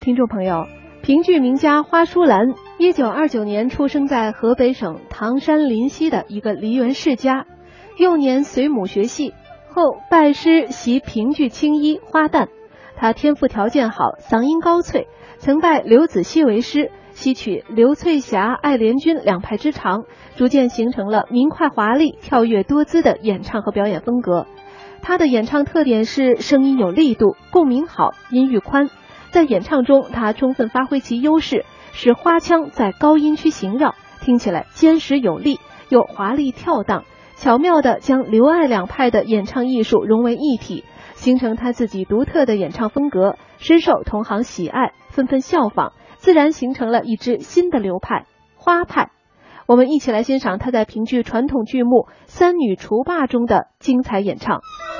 听众朋友，评剧名家花淑兰1929年出生在河北省唐山临溪的一个梨园世家，幼年随母学戏，后拜师习评剧青衣花旦。他天赋条件好，嗓音高脆，曾拜刘子熙为师，吸取刘翠霞、爱莲君两派之长，逐渐形成了明快华丽、跳跃多姿的演唱和表演风格。他的演唱特点是声音有力度，共鸣好，音域宽。在演唱中，他充分发挥其优势，使花腔在高音区萦绕，听起来坚实有力，又华丽跳荡，巧妙地将刘爱两派的演唱艺术融为一体，形成他自己独特的演唱风格，深受同行喜爱，纷纷效仿，自然形成了一支新的流派——花派。我们一起来欣赏他在评剧传统剧目《三女除霸》中的精彩演唱。